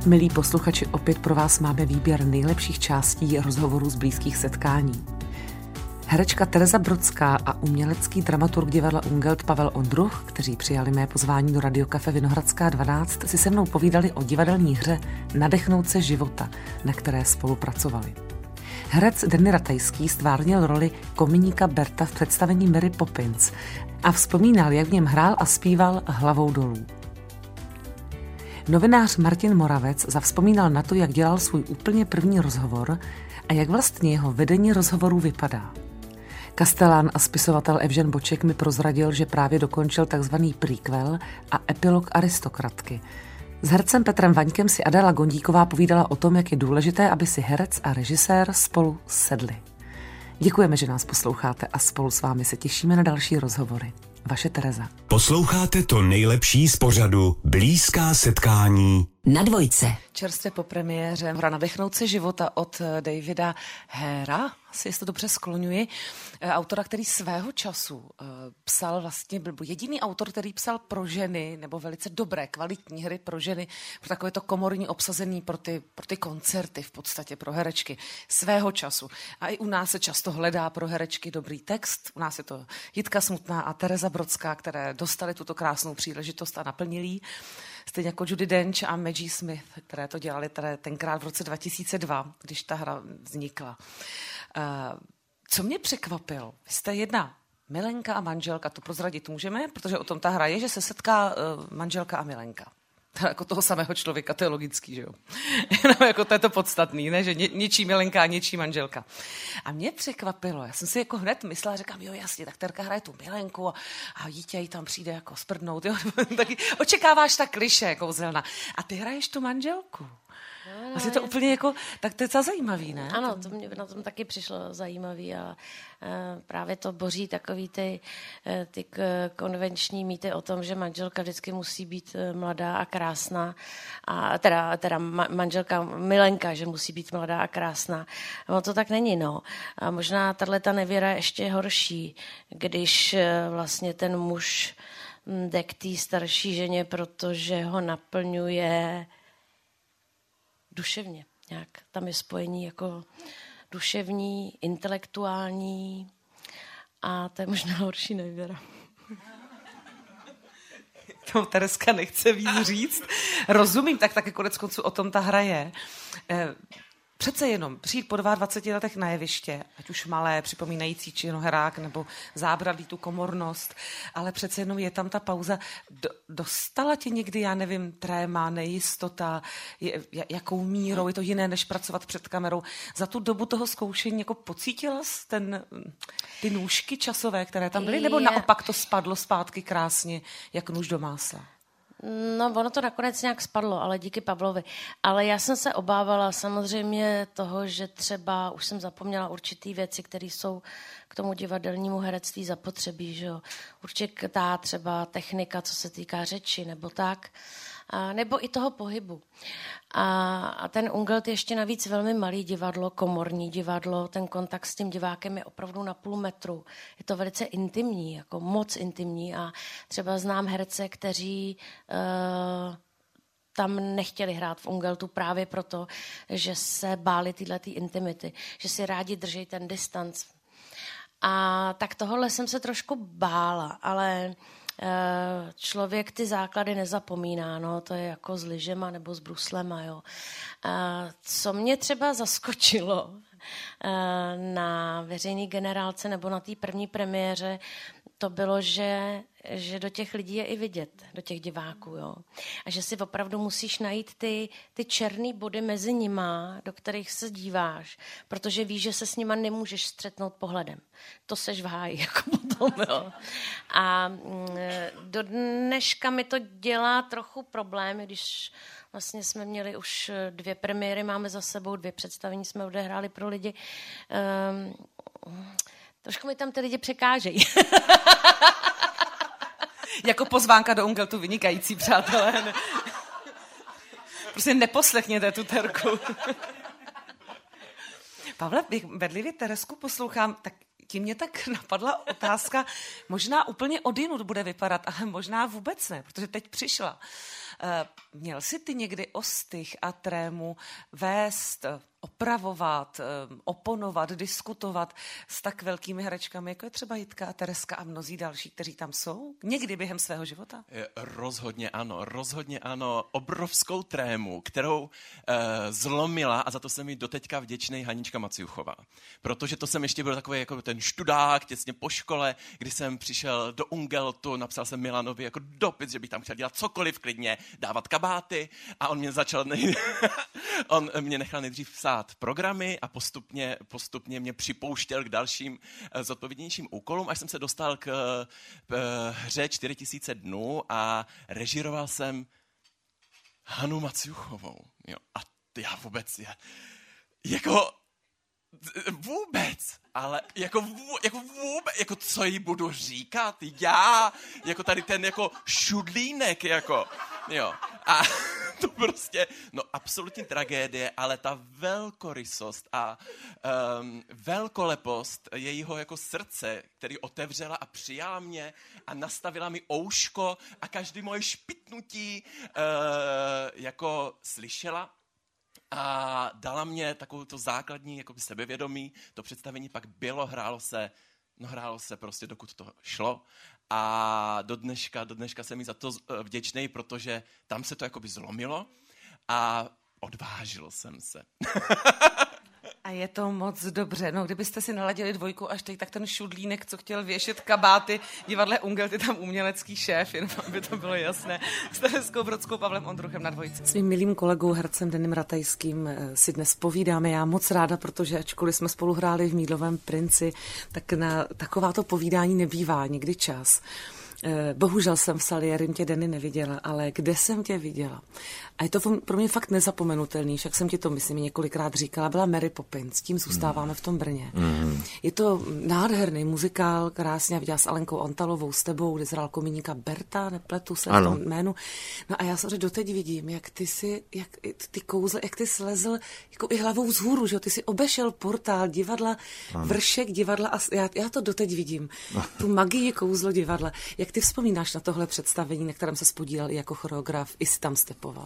milí posluchači, opět pro vás máme výběr nejlepších částí rozhovorů z blízkých setkání. Herečka Tereza Brodská a umělecký dramaturg divadla Ungelt Pavel Ondruch, kteří přijali mé pozvání do Radiokafe Vinohradská 12, si se mnou povídali o divadelní hře Nadechnout se života, na které spolupracovali. Herec Denny Ratajský stvárnil roli kominíka Berta v představení Mary Poppins a vzpomínal, jak v něm hrál a zpíval hlavou dolů. Novinář Martin Moravec zavzpomínal na to, jak dělal svůj úplně první rozhovor a jak vlastně jeho vedení rozhovorů vypadá. Kastelán a spisovatel Evžen Boček mi prozradil, že právě dokončil takzvaný prequel a epilog Aristokratky. S hercem Petrem Vaňkem si Adéla Gondíková povídala o tom, jak je důležité, aby si herec a režisér spolu sedli. Děkujeme, že nás posloucháte a spolu s vámi se těšíme na další rozhovory. Vaše Tereza. Posloucháte to nejlepší z pořadu Blízká setkání na Dvojce. Čerstvě po premiéře hra Nadechnout se života od Davida Hera, asi jestli to dobře skloňuji, autora, který svého času psal vlastně, byl jediný autor, který psal pro ženy, nebo velice dobré, kvalitní hry pro ženy, pro takové to komorní obsazený pro ty koncerty, v podstatě pro herečky svého času. A i u nás se často hledá pro herečky dobrý text. U nás je to Jitka Smutná a Tereza Brodská, které dostali tuto krásnou příležitost a naplnili ji. Stejně jako Judi Dench a Maggie Smith, které to dělali tenkrát v roce 2002, když ta hra vznikla. Co mě překvapilo, vy jste jedna milenka a manželka, to prozradit můžeme, protože o tom ta hra je, že se setká manželka a milenka. Jako toho samého člověka, to je logický, že jo? Jako to je to podstatný, ne? Že něčí milenka a něčí manželka. A mě překvapilo, já jsem si jako hned myslela, říkám, jo jasně, tak Terka hraje tu milenku a dítě jí tam přijde jako sprdnout, jo? Taky očekáváš ta klišé kouzelná. A ty hraješ tu manželku. Asi to úplně jako, tak to je docela zajímavý, ne? Ano, to mě na tom taky přišlo zajímavý a právě to boří takový ty konvenční mýty o tom, že manželka vždycky musí být mladá a krásná a teda manželka milenka, že musí být mladá a krásná. No to tak není, no. A možná tato nevěra je ještě horší, když vlastně ten muž jde k té starší ženě, protože ho naplňuje duševně nějak. Tam je spojení jako duševní, intelektuální a to je možná horší nevěra. To Tereska nechce víc říct. Rozumím, tak konec konců o tom ta hra je. Přece jenom přijít po 22 letech na jeviště, ať už malé, připomínající činoherák nebo zábradlí tu komornost, ale přece jenom je tam ta pauza. Dostala tě někdy, já nevím, tréma, nejistota, jakou mírou, je to jiné, než pracovat před kamerou. Za tu dobu toho zkoušení jako pocítila jsi ty nůžky časové, které tam byly, nebo naopak to spadlo zpátky krásně, jak nůž do másla? No, ono to nakonec nějak spadlo, ale díky Pavlovi. Ale já jsem se obávala samozřejmě toho, že třeba už jsem zapomněla určitý věci, které jsou k tomu divadelnímu herectví zapotřebí, že jo. Určitá třeba technika, co se týká řeči, nebo tak. Nebo i toho pohybu. A ten Ungelt je ještě navíc velmi malý divadlo, komorní divadlo, ten kontakt s tím divákem je opravdu na půl metru. Je to velice intimní, jako moc intimní a třeba znám herce, kteří tam nechtěli hrát v Ungeltu právě proto, že se báli tyhletý intimity, že si rádi drží ten distanc. A tak tohohle jsem se trošku bála, ale člověk ty základy nezapomíná, no, to je jako s lyžema nebo s bruslema, jo. Co mě třeba zaskočilo na veřejné generálce nebo na té první premiéře, to bylo, že do těch lidí je i vidět, do těch diváků, jo. A že si opravdu musíš najít ty černý body mezi nima, do kterých se díváš, protože víš, že se s nima nemůžeš střetnout pohledem. To seš v háji, jako potom, jo. A do dneška mi to dělá trochu problém, když vlastně jsme měli už 2 premiéry, máme za sebou 2 představení, jsme odehráli pro lidi. Trošku mi tam ty lidi překážejí. Jako pozvánka do Ungeltu vynikající, přátelé. Prostě neposlechněte tu Terku. Pavle, bedlivě Teresku poslouchám, tak tím mě tak napadla otázka, možná úplně odjinud bude vypadat, ale možná vůbec ne, protože teď přišla. Měl jsi ty někdy ostych a trému vést, opravovat, oponovat, diskutovat s tak velkými herečkami, jako je třeba Jitka a Tereska a mnozí další, kteří tam jsou? Někdy během svého života? Rozhodně ano. Obrovskou trému, kterou zlomila, a za to jsem jí doteďka vděčnej, Hanička Maciuchová. Protože to jsem ještě byl takový jako ten študák těsně po škole, kdy jsem přišel do Ungeltu, napsal jsem Milanovi jako dopis, že bych tam chtěl dělat cokoliv klidně, dávat kabáty, a on mě nechal nejdřív psát programy a postupně mě připouštěl k dalším zodpovědnějším úkolům, až jsem se dostal k hře 4000 dnů a režíroval jsem Hanu Maciuchovou. Jo. A já vůbec, ale jako co jí budu říkat? Já, jako tady ten jako šudlínek, jako, jo. A to prostě, no absolutní tragédie, ale ta velkorysost a velkolepost jejího jako srdce, který otevřela a přijala mě a nastavila mi ouško a každý moje špitnutí jako slyšela a dala mě takovou to základní jakoby sebevědomí. To představení pak bylo, hrálo se prostě, dokud to šlo. A do dneška jsem jí za to vděčnej, protože tam se to jakoby zlomilo a odvážil jsem se. A je to moc dobře. No, kdybyste si naladili dvojku až teď, tak ten šudlínek, co chtěl věšet kabáty, divadle Ungelt, je tam umělecký šéf, jenom aby to bylo jasné. S Tereskou Brodskou, Pavlem Ondruchem na dvojce. Svým milým kolegou, hercem Denim Ratajským si dnes povídáme. Já moc ráda, protože ačkoliv jsme spolu hráli v Mídlovém princi, tak na takováto povídání nebývá někdy čas. Bohužel jsem v Saliérim tě, Denny, neviděla, ale kde jsem tě viděla? A je to pro mě fakt nezapomenutelný, však jsem ti to, myslím, několikrát říkala, byla Mary Poppins, tím zůstáváme v tom Brně. Je to nádherný muzikál, krásně, viděla s Alenkou Antalovou, s tebou, kde zhrál komíníka Berta, nepletu se v tom jménu. No a já samozřejmě doteď vidím, jak ty kouzle, jak ty slezl jako i hlavou vzhůru, že ty si obešel portál divadla, vršek divadla a já to doteď vidím. Tu magii kouzlo divadla. Jak ty vzpomínáš na tohle představení, na kterém se podílel i jako choreograf, i si tam stepoval?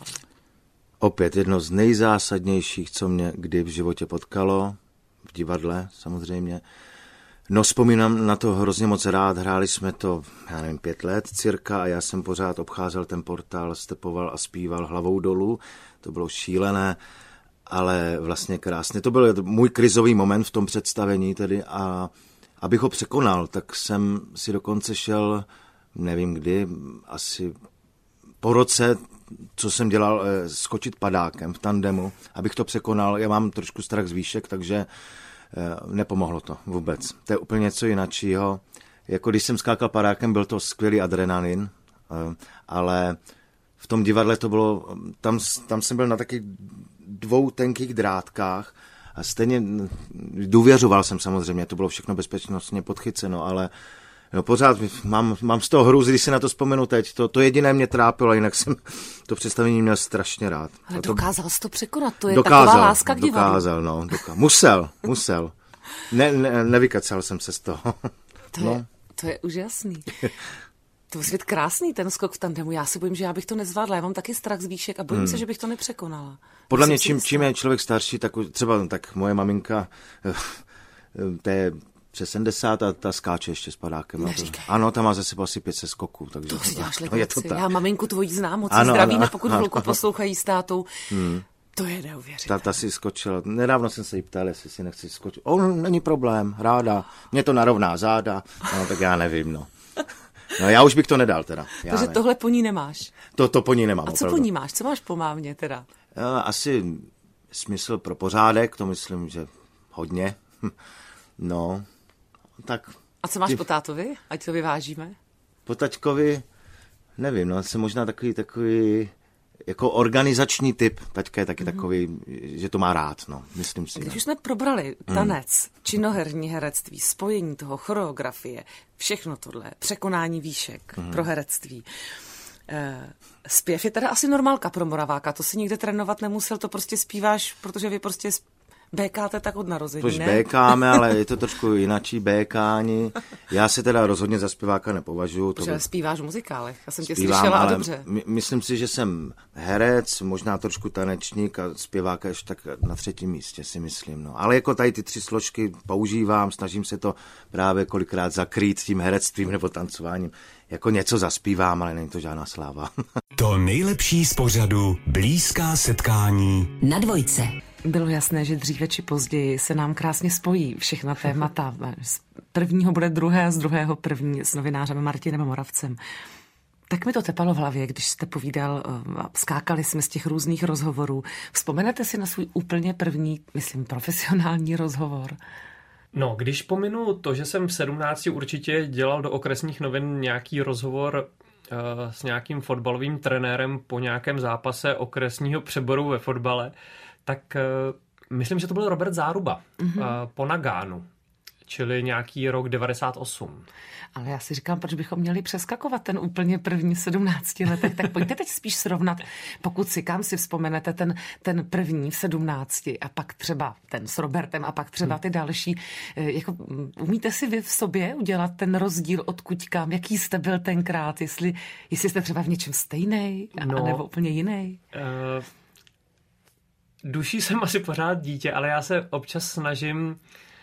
Opět jedno z nejzásadnějších, co mě kdy v životě potkalo, v divadle samozřejmě. No, vzpomínám na to hrozně moc rád, hráli jsme to, 5 let cirka a já jsem pořád obcházel ten portál, stepoval a zpíval hlavou dolů, to bylo šílené, ale vlastně krásně. To byl můj krizový moment v tom představení tedy a abych ho překonal, tak jsem si dokonce šel, nevím kdy, asi po roce, co jsem dělal, skočit padákem v tandemu, abych to překonal. Já mám trošku strach z výšek, takže nepomohlo to vůbec. To je úplně něco jiného. Jako když jsem skákal padákem, byl to skvělý adrenalin, ale v tom divadle to bylo, tam jsem byl na takových 2 tenkých drátkách a stejně důvěřoval jsem samozřejmě, to bylo všechno bezpečnostně podchyceno, ale no, pořád mám z toho hrůzy, když si na to vzpomenu teď. To jediné mě trápilo, jinak jsem to představení měl strašně rád. Ale dokázal jsi to překonat, to je taková láska k divadlu. Dokázal. Musel. Nevykacal jsem se z toho. To je úžasný. To je svět krásný, ten skok v tandemu. Já si bojím, že já bych to nezvládla. Já mám taky strach z výšek a bojím se, že bych to nepřekonala. Podle mě, čím je člověk starší, tak třeba tak moje maminka, to je přes 70 a ta skáče ještě s padákem. Ano, tam má ze sebou asi 500 skoků. Takže to si děláš legraci. Já maminku tvojí znám, moc zdravíme, pokud chvilku poslouchají s tátou. To je neuvěřitelné. Ta si skočila. Nedávno jsem se jí ptal, jestli si nechci skočit. Není problém, ráda. Mě to narovná záda. No, tak já nevím, no. No, já už bych to nedal teda. Takže tohle po ní nemáš? To po ní nemám. A co opravdu. Po ní máš? Co máš po mámě teda? Asi smysl pro pořádek, to myslím, že hodně. No, tak. A co máš po tátovi? Ať to vyvážíme. Po taťkovi, nevím, no, jsem možná takový jako organizační typ. Taťka je taky takový, že to má rád, no, myslím si. Když už jsme probrali tanec, činoherní herectví, spojení toho, choreografie, všechno tohle, překonání výšek pro herectví. Zpěv je teda asi normálka pro Moraváka, to si nikde trénovat nemusel, to prostě zpíváš, protože vy prostě Békáte tak od narození, Tož ne? békáme, ale je to trošku jinačí békání. Já se teda rozhodně za zpěváka nepovažuji. Protože zpíváš v muzikálech. Já jsem tě Zpívám, slyšela a ale dobře. myslím si, že jsem herec, možná trošku tanečník a zpěvák až tak na 3. místě si myslím. No. Ale jako tady ty 3 složky používám, snažím se to právě kolikrát zakrýt tím herectvím nebo tancováním. Jako něco zaspívám, ale není to žádná sláva. To nejlepší z pořadu Blízká setkání na Dvojce. Bylo jasné, že dříve či později se nám krásně spojí všechna témata. Z prvního bude druhé a z druhého první s novinářem Martinem Moravcem. Tak mi to tepalo v hlavě, když jste povídal a skákali jsme z těch různých rozhovorů. Vzpomenete si na svůj úplně první, myslím, profesionální rozhovor? No, když pominu to, že jsem v 17 určitě dělal do okresních novin nějaký rozhovor s nějakým fotbalovým trenérem po nějakém zápase okresního přeboru ve fotbale, tak myslím, že to byl Robert Záruba po Nagánu, čili nějaký rok 98. Ale já si říkám, proč bychom měli přeskakovat ten úplně první 17 letech, tak pojďte teď spíš srovnat, pokud si kam si vzpomenete ten první v 17 a pak třeba ten s Robertem a pak třeba ty další. Jako, umíte si vy v sobě udělat ten rozdíl odkud kam, jaký jste byl tenkrát, jestli jste třeba v něčem stejnej, nebo úplně jiný? Duší jsem asi pořád dítě, ale já se občas snažím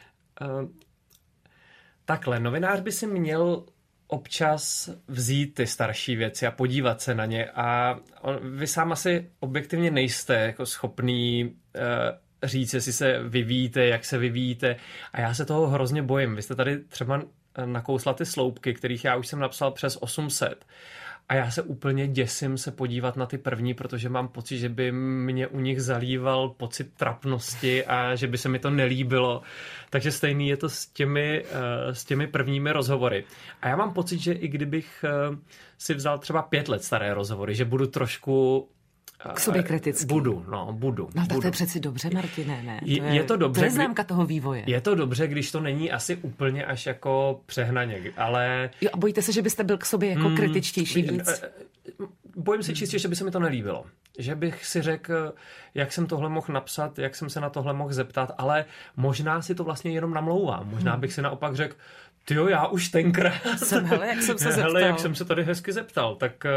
takhle. Novinář by si měl občas vzít ty starší věci a podívat se na ně a vy sám asi objektivně nejste jako schopný říct, jestli se vyvíjíte, jak se vyvíjíte a já se toho hrozně bojím. Vy jste tady třeba nakousla ty sloupky, kterých já už jsem napsal přes 800 a já se úplně děsím se podívat na ty první, protože mám pocit, že by mě u nich zalíval pocit trapnosti a že by se mi to nelíbilo. Takže stejný je to s těmi prvními rozhovory. A já mám pocit, že i kdybych si vzal třeba 5 let staré rozhovory, že budu trošku k sobě kritický. Budu. No tak to je přeci dobře, Martine, ne? Je to dobře. To je známka toho vývoje. Je to dobře, když to není asi úplně až jako přehnaně, ale... Jo, a bojíte se, že byste byl k sobě jako kritičtější víc? Bojím se čistě, že by se mi to nelíbilo. Že bych si řekl, jak jsem tohle mohl napsat, jak jsem se na tohle mohl zeptat, ale možná si to vlastně jenom namlouvám. Možná bych si naopak řekl, tyjo, já už tenkrát... Jak jsem se zeptal. Hele, jak jsem se tady hezky zeptal.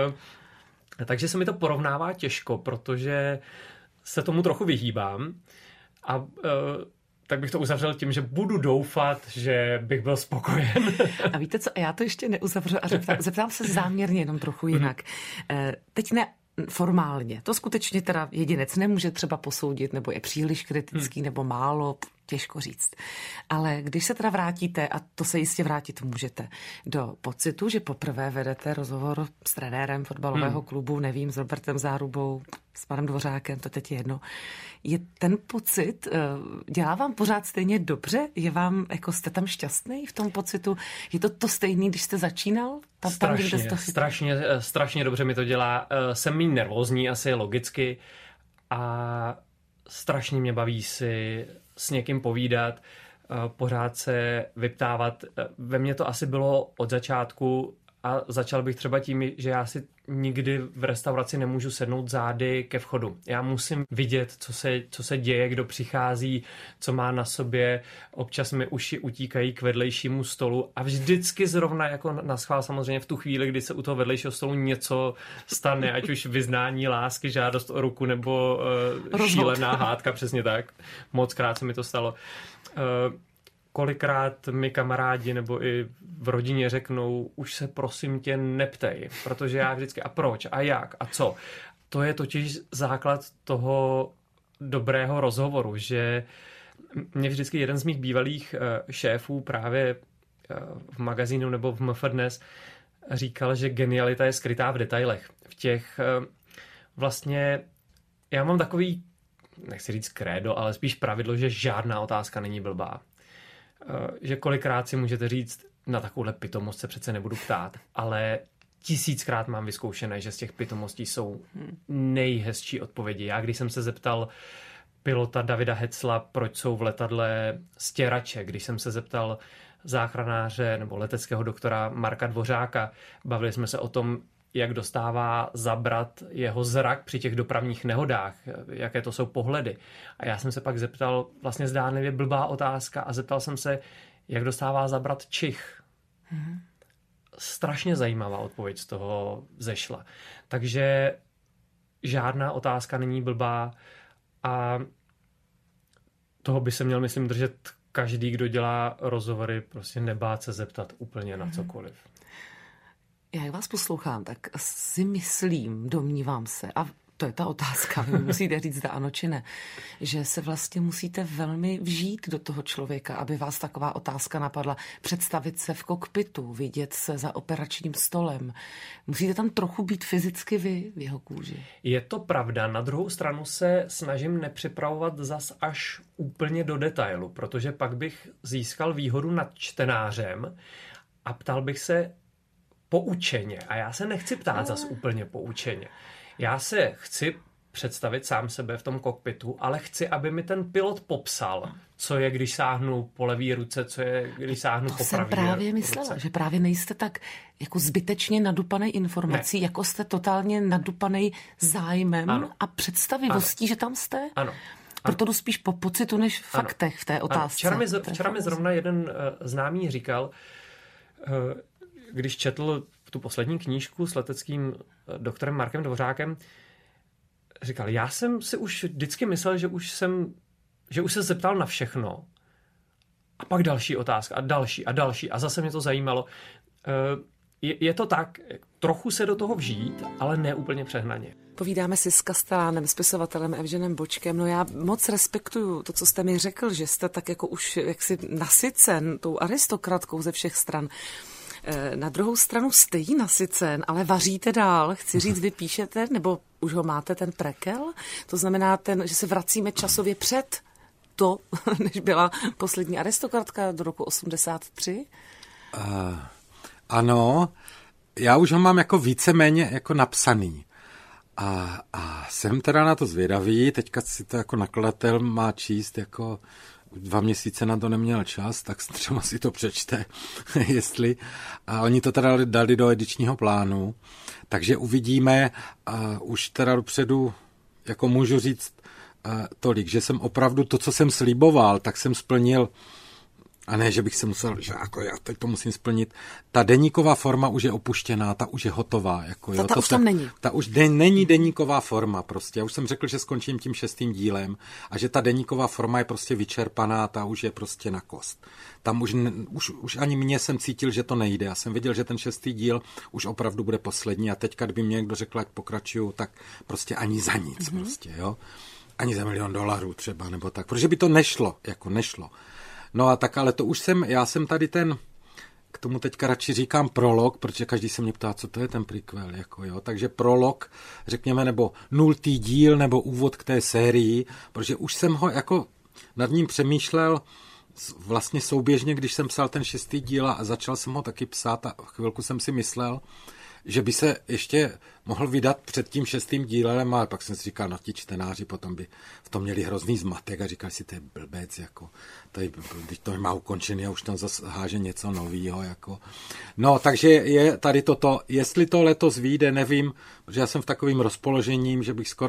Takže se mi to porovnává těžko, protože se tomu trochu vyhýbám a tak bych to uzavřel tím, že budu doufat, že bych byl spokojen. A víte co, já to ještě neuzavřu a zeptám se záměrně jenom trochu jinak. Teď ne formálně, to skutečně teda jedinec nemůže třeba posoudit, nebo je příliš kritický, nebo málo, těžko říct. Ale když se teda vrátíte, a to se jistě vrátit můžete, do pocitu, že poprvé vedete rozhovor s trenérem fotbalového klubu, nevím, s Robertem Zárubou, s panem Dvořákem, to teď je jedno. Je ten pocit, dělá vám pořád stejně dobře? Je vám, jako jste tam šťastný v tom pocitu? Je to stejný, když jste začínal? Strašně dobře mi to dělá. Jsem méně nervózní, asi logicky. A strašně mě baví si s někým povídat, pořád se vyptávat. Ve mně to asi bylo od začátku a začal bych třeba tím, že já si nikdy v restauraci nemůžu sednout zády ke vchodu. Já musím vidět, co se děje, kdo přichází, co má na sobě. Občas mi uši utíkají k vedlejšímu stolu a vždycky zrovna jako naschvál samozřejmě v tu chvíli, kdy se u toho vedlejšího stolu něco stane, ať už vyznání lásky, žádost o ruku nebo šílená hádka, přesně tak. Mockrát se mi to stalo. Kolikrát mi kamarádi nebo i v rodině řeknou, už se prosím tě neptej, protože já vždycky a proč a jak a co. To je totiž základ toho dobrého rozhovoru, že mě vždycky jeden z mých bývalých šéfů právě v magazínu nebo v MF Dnes říkal, že genialita je skrytá v detailech. V těch vlastně, já mám takový, nechci říct krédo, ale spíš pravidlo, že žádná otázka není blbá. Že kolikrát si můžete říct, na takovouhle pitomost se přece nebudu ptát, ale 1000krát mám vyzkoušené, že z těch pitomostí jsou nejhezčí odpovědi. Já když jsem se zeptal pilota Davida Hecla, proč jsou v letadle stěrače, když jsem se zeptal záchranáře nebo leteckého doktora Marka Dvořáka, bavili jsme se o tom, jak dostává zabrat jeho zrak při těch dopravních nehodách, jaké to jsou pohledy. A já jsem se pak zeptal, vlastně zdánlivě blbá otázka, a zeptal jsem se, jak dostává zabrat čich. Strašně zajímavá odpověď z toho zešla. Takže žádná otázka není blbá a toho by se měl, myslím, držet každý, kdo dělá rozhovory, prostě nebát se zeptat úplně na cokoliv. Já jak vás poslouchám, tak si myslím, domnívám se, a to je ta otázka, vy musíte říct, zda ano či ne, že se vlastně musíte velmi vžít do toho člověka, aby vás taková otázka napadla. Představit se v kokpitu, vidět se za operačním stolem. Musíte tam trochu být fyzicky vy v jeho kůži. Je to pravda, na druhou stranu se snažím nepřipravovat zas až úplně do detailu, protože pak bych získal výhodu nad čtenářem a ptal bych se poučeně. A já se nechci ptát zas úplně poučeně. Já se chci představit sám sebe v tom kokpitu, ale chci, aby mi ten pilot popsal, co je, když sáhnu po levý ruce, co je, když sáhnu po pravý ruce. To jsem právě myslela, že právě nejste tak jako zbytečně nadupanej informací, ne. Jako jste totálně nadupanej zájmem a představivostí, že tam jste. Ano. Proto jdu spíš po pocitu, než v faktech v té otázce. Včera mi zrovna jeden známý říkal, když četl tu poslední knížku s leteckým doktorem Markem Dvořákem, říkal, já jsem si už vždycky myslel, že už se zeptal na všechno. A pak další otázka a další. A zase mě to zajímalo. Je to tak, trochu se do toho vžít, ale ne úplně přehnaně. Povídáme si s kastelánem, spisovatelem Evženem Bočkem. No já moc respektuju to, co jste mi řekl, že jste tak jako už jaksi nasycen tou aristokratkou ze všech stran. Na druhou stranu jste jí nasycen, ale vaříte dál. Chci říct, vy píšete, nebo už ho máte ten prequel? To znamená, že se vracíme časově před to, než byla poslední aristokratka do roku 83? Ano, já už ho mám jako víceméně jako napsaný. A jsem teda na to zvědavý, teďka si to jako nakladatel má číst, jako 2 měsíce na to neměl čas, tak třeba si to přečte, jestli. A oni to teda dali do edičního plánu, takže uvidíme. A už teda dopředu, jako můžu říct tolik, že jsem opravdu to, co jsem sliboval, tak jsem splnil. A ne, že bych se musel, že jako já teď to musím splnit. Ta deníková forma už je opuštěná, ta už je hotová. Jako, ta už tam není. Ta už není deníková forma prostě. Já už jsem řekl, že skončím tím 6. dílem a že ta deníková forma je prostě vyčerpaná, ta už je prostě na kost. Tam už ani mě jsem cítil, že to nejde. Já jsem viděl, že ten 6. díl už opravdu bude poslední a teďka, kdyby mě někdo řekl, jak pokračuju, tak prostě ani za nic prostě, jo. Ani za $1 000 000 třeba, nebo tak. Protože by to nešlo, jako nešlo. No a tak, ale to už já jsem tady k tomu teďka radši říkám prolog, protože každý se mě ptá, co to je ten prequel, jako jo, takže prolog, řekněme, nebo 0. díl, nebo úvod k té sérii, protože už jsem ho jako nad ním přemýšlel vlastně souběžně, když jsem psal ten 6. díl a začal jsem ho taky psát a chvilku jsem si myslel, že by se ještě mohl vydat před tím 6. dílem, ale pak jsem si říkal, no ti čtenáři potom by v tom měli hrozný zmatek a říkali si, to je blbec, jako, teď to má ukončený a už tam zase háže něco novýho, jako. No, takže je tady toto, jestli to letos vyjde, nevím, protože já jsem v takovým rozpoložením,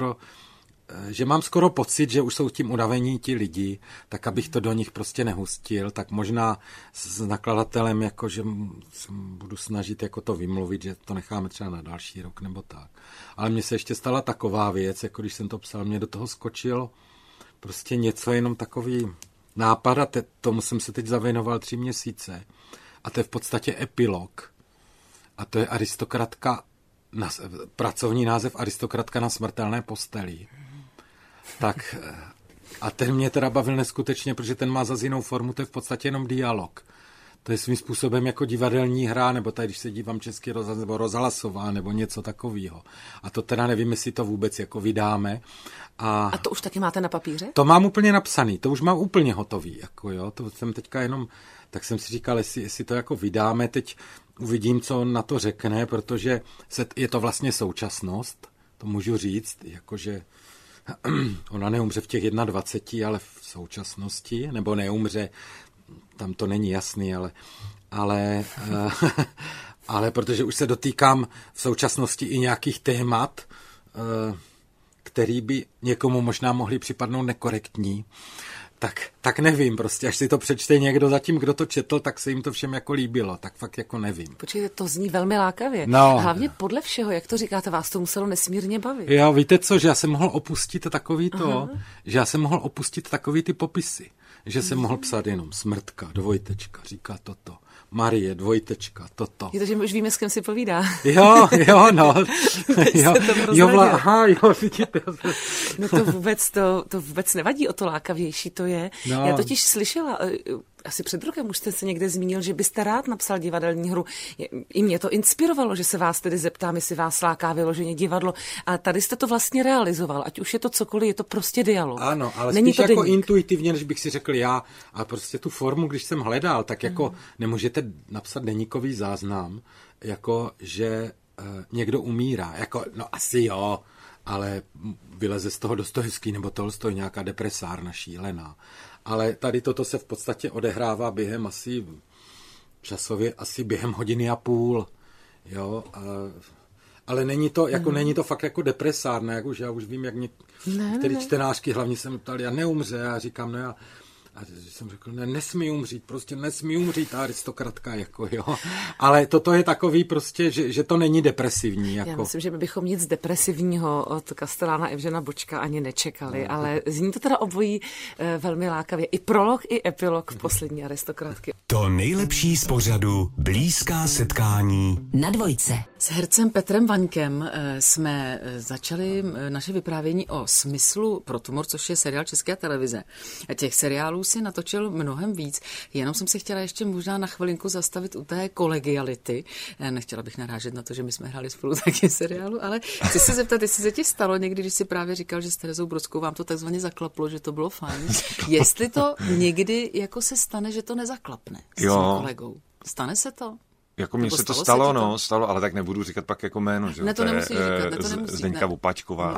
že mám skoro pocit, že už jsou tím unavení ti lidi, tak abych to do nich prostě nehustil, tak možná s nakladatelem, jako, že budu snažit jako to vymluvit, že to necháme třeba na další rok nebo tak. Ale mně se ještě stala taková věc, jako když jsem to psal, mě do toho skočilo prostě něco, jenom takový nápad a tomu jsem se teď zavěnoval 3 měsíce. A to je v podstatě epilog. A to je aristokratka, pracovní název aristokratka na smrtelné posteli. Tak a ten mě teda bavil neskutečně, protože ten má zase jinou formu, to je v podstatě jenom dialog. To je svým způsobem jako divadelní hra, nebo tady, když se dívám Český rozhlas, nebo rozhlasová, nebo něco takového. A to teda nevím, jestli to vůbec jako vydáme. A to už taky máte na papíře? To mám úplně napsaný, to už mám úplně hotový. Jako jo, to jsem teďka jenom, tak jsem si říkal, jestli to jako vydáme, teď uvidím, co on na to řekne, protože je to vlastně současnost, to můžu říct, jakože ona neumře v těch 21, ale v současnosti, nebo neumře, tam to není jasný, ale ale protože už se dotýkám v současnosti i nějakých témat, který by někomu možná mohli připadnout nekorektní, tak nevím prostě, až si to přečte někdo zatím, kdo to četl, tak se jim to všem jako líbilo, tak fakt jako nevím. Počkejte, to zní velmi lákavě. No. Hlavně podle všeho, jak to říkáte, vás to muselo nesmírně bavit. Jo, víte co, že já jsem mohl opustit takový ty popisy, že jsem mohl psát jenom smrtka, dvojtečka, říká toto. Marie, dvojtečka, toto. Je to, že my už víme, s kým si povídá. Jo, no. Vidíte. No to vůbec nevadí, o to lákavější to je. No. Já totiž slyšela, asi před rokem už jste se někde zmínil, že byste rád napsal divadelní hru. I mě to inspirovalo, že se vás tedy zeptám, jestli vás láká vyloženě divadlo. A tady jste to vlastně realizoval. Ať už je to cokoliv, je to prostě dialog. Ano, ale není spíš to jako deník. intuitivně, než bych si řekl já. A prostě tu formu, když jsem hledal, tak jako nemůžete napsat deníkový záznam, jako že někdo umírá. Jako, no asi jo, ale vyleze z toho Dostojevský nebo Tolstoj, nějaká depresárna šílená. Ale tady toto se v podstatě odehrává během časově asi během hodiny a půl. Jo, ale není to fakt jako depresárna, jak už já už vím, jak některé čtenářky hlavně se mě ptali, já neumře, a říkám, no já. A jsem řekl, ne, nesmí umřít ta aristokratka, jako jo. Ale toto je takový prostě, že to není depresivní. Jako. Já myslím, že my bychom nic depresivního od Kastelána Evžena Bočka ani nečekali, ale zní to teda obojí velmi lákavě. I prolog, i epilog v Poslední aristokratky. To nejlepší z pořadu Blízká setkání na Dvojce. S hercem Petrem Vaňkem jsme začali naše vyprávění o Smyslu pro tumor, což je seriál České televize. Těch seriálů si natočil mnohem víc. Jenom jsem se chtěla ještě možná na chvilinku zastavit u té kolegiality. Nechtěla bych narážet na to, že my jsme hráli spolu taky seriálu, ale chci se zeptat, jestli se ti stalo někdy, když jsi právě říkal, že s Terezou Brodskou vám to takzvaně zaklaplo, že to bylo fajn. Jestli to někdy jako se stane, že to nezaklapne s tím kolegou. Stane se to? Jako mně se to stalo, ale tak nebudu říkat pak jako jméno, že? Ne, to nemusíš říkat, Zdeňka Vopačková.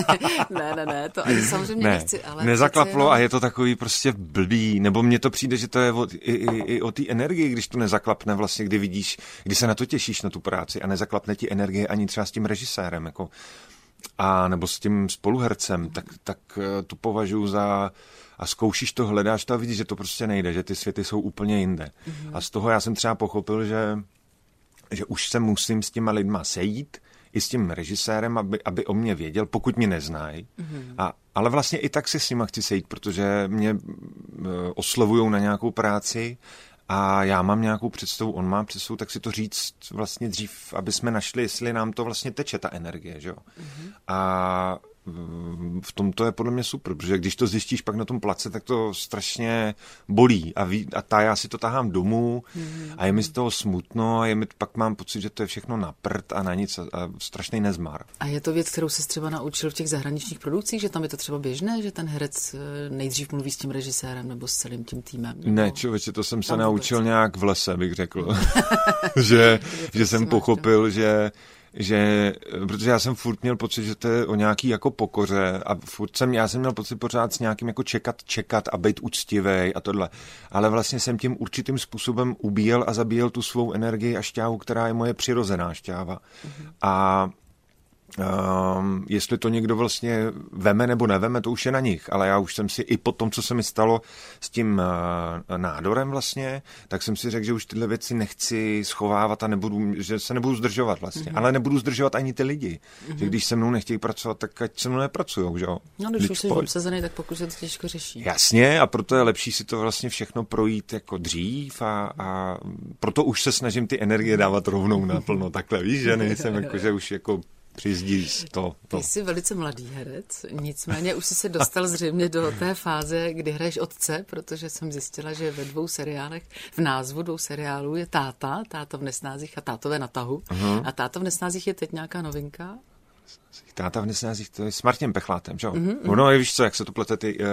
Ne, to ani samozřejmě nechci, ale... Nezaklaplo a je to takový prostě blbý, nebo mně to přijde, že to je i o té energii, když to nezaklapne vlastně, kdy se na to těšíš, na tu práci a nezaklapne ti energie ani třeba s tím režisérem, jako, a nebo s tím spoluhercem, tak to považuji za... A zkoušíš to, hledáš to a vidíš, že to prostě nejde, že ty světy jsou úplně jinde. Mm-hmm. A z toho já jsem třeba pochopil, že už se musím s těma lidma sejít, i s tím režisérem, aby o mě věděl, pokud mě neznají. Mm-hmm. Ale vlastně i tak se s nima chci sejít, protože mě oslovujou na nějakou práci a já mám nějakou představu, on má představu, tak si to říct vlastně dřív, aby jsme našli, jestli nám to vlastně teče, ta energie. Že jo? Mm-hmm. A v tom to je podle mě super, protože když to zjistíš pak na tom place, tak to strašně bolí a já si to tahám domů a je mi z toho smutno a pak mám pocit, že to je všechno na prd a na nic a strašný nezmar. A je to věc, kterou se třeba naučil v těch zahraničních produkcích, že tam je to třeba běžné, že ten herec nejdřív mluví s tím režisérem nebo s celým tím týmem? Ne, člověče, to jsem se naučil nějak v lese, bych řekl. že jsem pochopil, že protože já jsem furt měl pocit, že to je o nějaký jako pokoře a já jsem měl pocit pořád s nějakým jako čekat a být úctivej a tohle. Ale vlastně jsem tím určitým způsobem ubíjel a zabíjel tu svou energii a šťávu, která je moje přirozená šťáva. Mm-hmm. A jestli to někdo vlastně veme nebo neveme, to už je na nich, ale já už jsem si i po tom, co se mi stalo s tím nádorem vlastně, tak jsem si řekl, že už tyhle věci nechci schovávat a že se nebudu zdržovat vlastně, ale nebudu zdržovat ani ty lidi, že když se mnou nechtějí pracovat, tak ať se mnou nepracujou, že jo. No, když už jsi obsazený, tak pokud se to těžko řeší. Jasně, a proto je lepší si to vlastně všechno projít jako dřív a proto už se snažím ty energie dávat rovnou naplno, takhle, víš, že nejsem jako, že už jako přizdíš to. Ty jsi velice mladý herec, nicméně už jsi se dostal zřejmě do té fáze, kdy hraješ otce, protože jsem zjistila, že ve 2 seriálech, v názvu 2 seriálů je Táta v nesnázích a Tátové na tahu. Uh-huh. A Táta v nesnázích je teď nějaká novinka? Táta v nesnázích, to je s Martinem Pechlátem, že jo? Uh-huh. No, víš co, jak se to plete,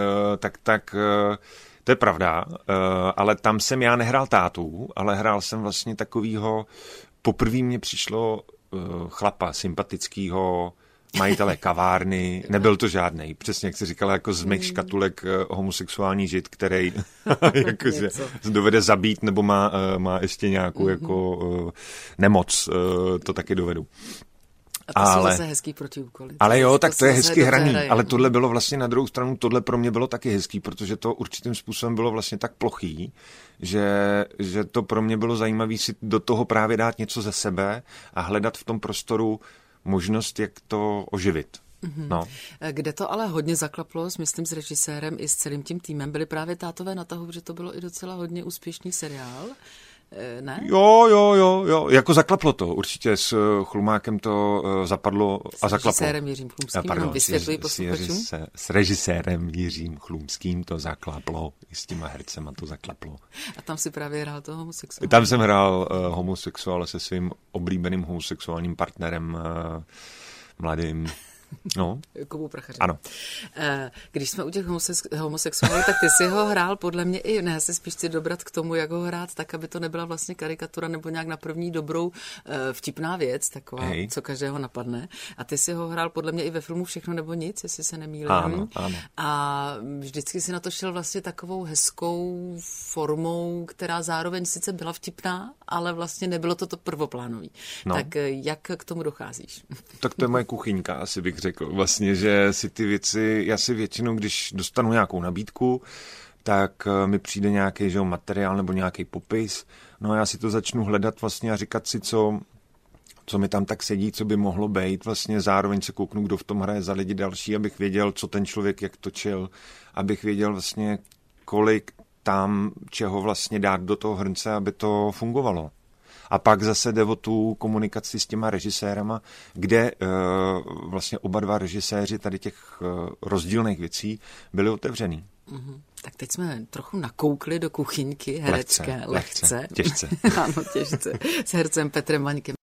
to je pravda, ale tam jsem já nehrál tátu, ale hrál jsem vlastně takovýho, poprvé mě přišlo chlapa sympatického, majitelé kavárny, nebyl to žádnej. Přesně, jak jsi říkala, jako z mých škatulek homosexuální žid, který jakože dovede zabít, nebo má ještě nějakou jako nemoc, to taky dovedu. A to jsou zase hezký protiúkoly. Ale jo, tak to je hezky hraný. Ale tohle bylo vlastně na druhou stranu, tohle pro mě bylo taky hezký, protože to určitým způsobem bylo vlastně tak plochý, že to pro mě bylo zajímavé si do toho právě dát něco ze sebe a hledat v tom prostoru možnost, jak to oživit. No. Kde to ale hodně zaklaplo, myslím s režisérem i s celým tím týmem, byly právě Tátové na tahu, že to bylo i docela hodně úspěšný seriál. Ne? Jo, jako zaklaplo to. Určitě s Chlumákem to zapadlo a zaklaplo. S režisérem Jiřím Chlumským, vysvětluji posluchačům. S režisérem Jiřím Chlumským to zaklaplo, i s těma hercema to zaklaplo. A tam si právě hrál toho homosexuála. Tam jsem hrál homosexuála se svým oblíbeným homosexuálním partnerem mladým. No. Kubu Prachaře. Ano. Když jsme u těch homosexuálů, tak ty si ho hrál podle mě i, ne, se spíš chci dobrat k tomu, jak ho hrát, tak, aby to nebyla vlastně karikatura nebo nějak na první dobrou vtipná věc, taková, co každého napadne. A ty si ho hrál podle mě i ve filmu Všechno nebo nic, jestli se nemýlím. Ano. A vždycky si na to šel vlastně takovou hezkou formou, která zároveň sice byla vtipná, ale vlastně nebylo to prvoplánový. No. Tak jak k tomu docházíš? Tak to je moje kuchyňka, asi bych řekl. Vlastně, že si ty věci, já si většinou, když dostanu nějakou nabídku, tak mi přijde nějaký materiál nebo nějaký popis, no a já si to začnu hledat vlastně a říkat si, co mi tam tak sedí, co by mohlo být. Vlastně zároveň se kouknu, kdo v tom hraje za lidi další, abych věděl, co ten člověk jak točil, abych věděl vlastně, kolik tam čeho vlastně dát do toho hrnce, aby to fungovalo. A pak zase jde o tu komunikaci s těma režisérama, kde vlastně oba dva režiséři tady těch rozdílných věcí byli otevřený. Tak teď jsme trochu nakoukli do kuchyňky herecké. Lehce. Těžce. Ano, těžce. S hercem Petrem Vaňkem.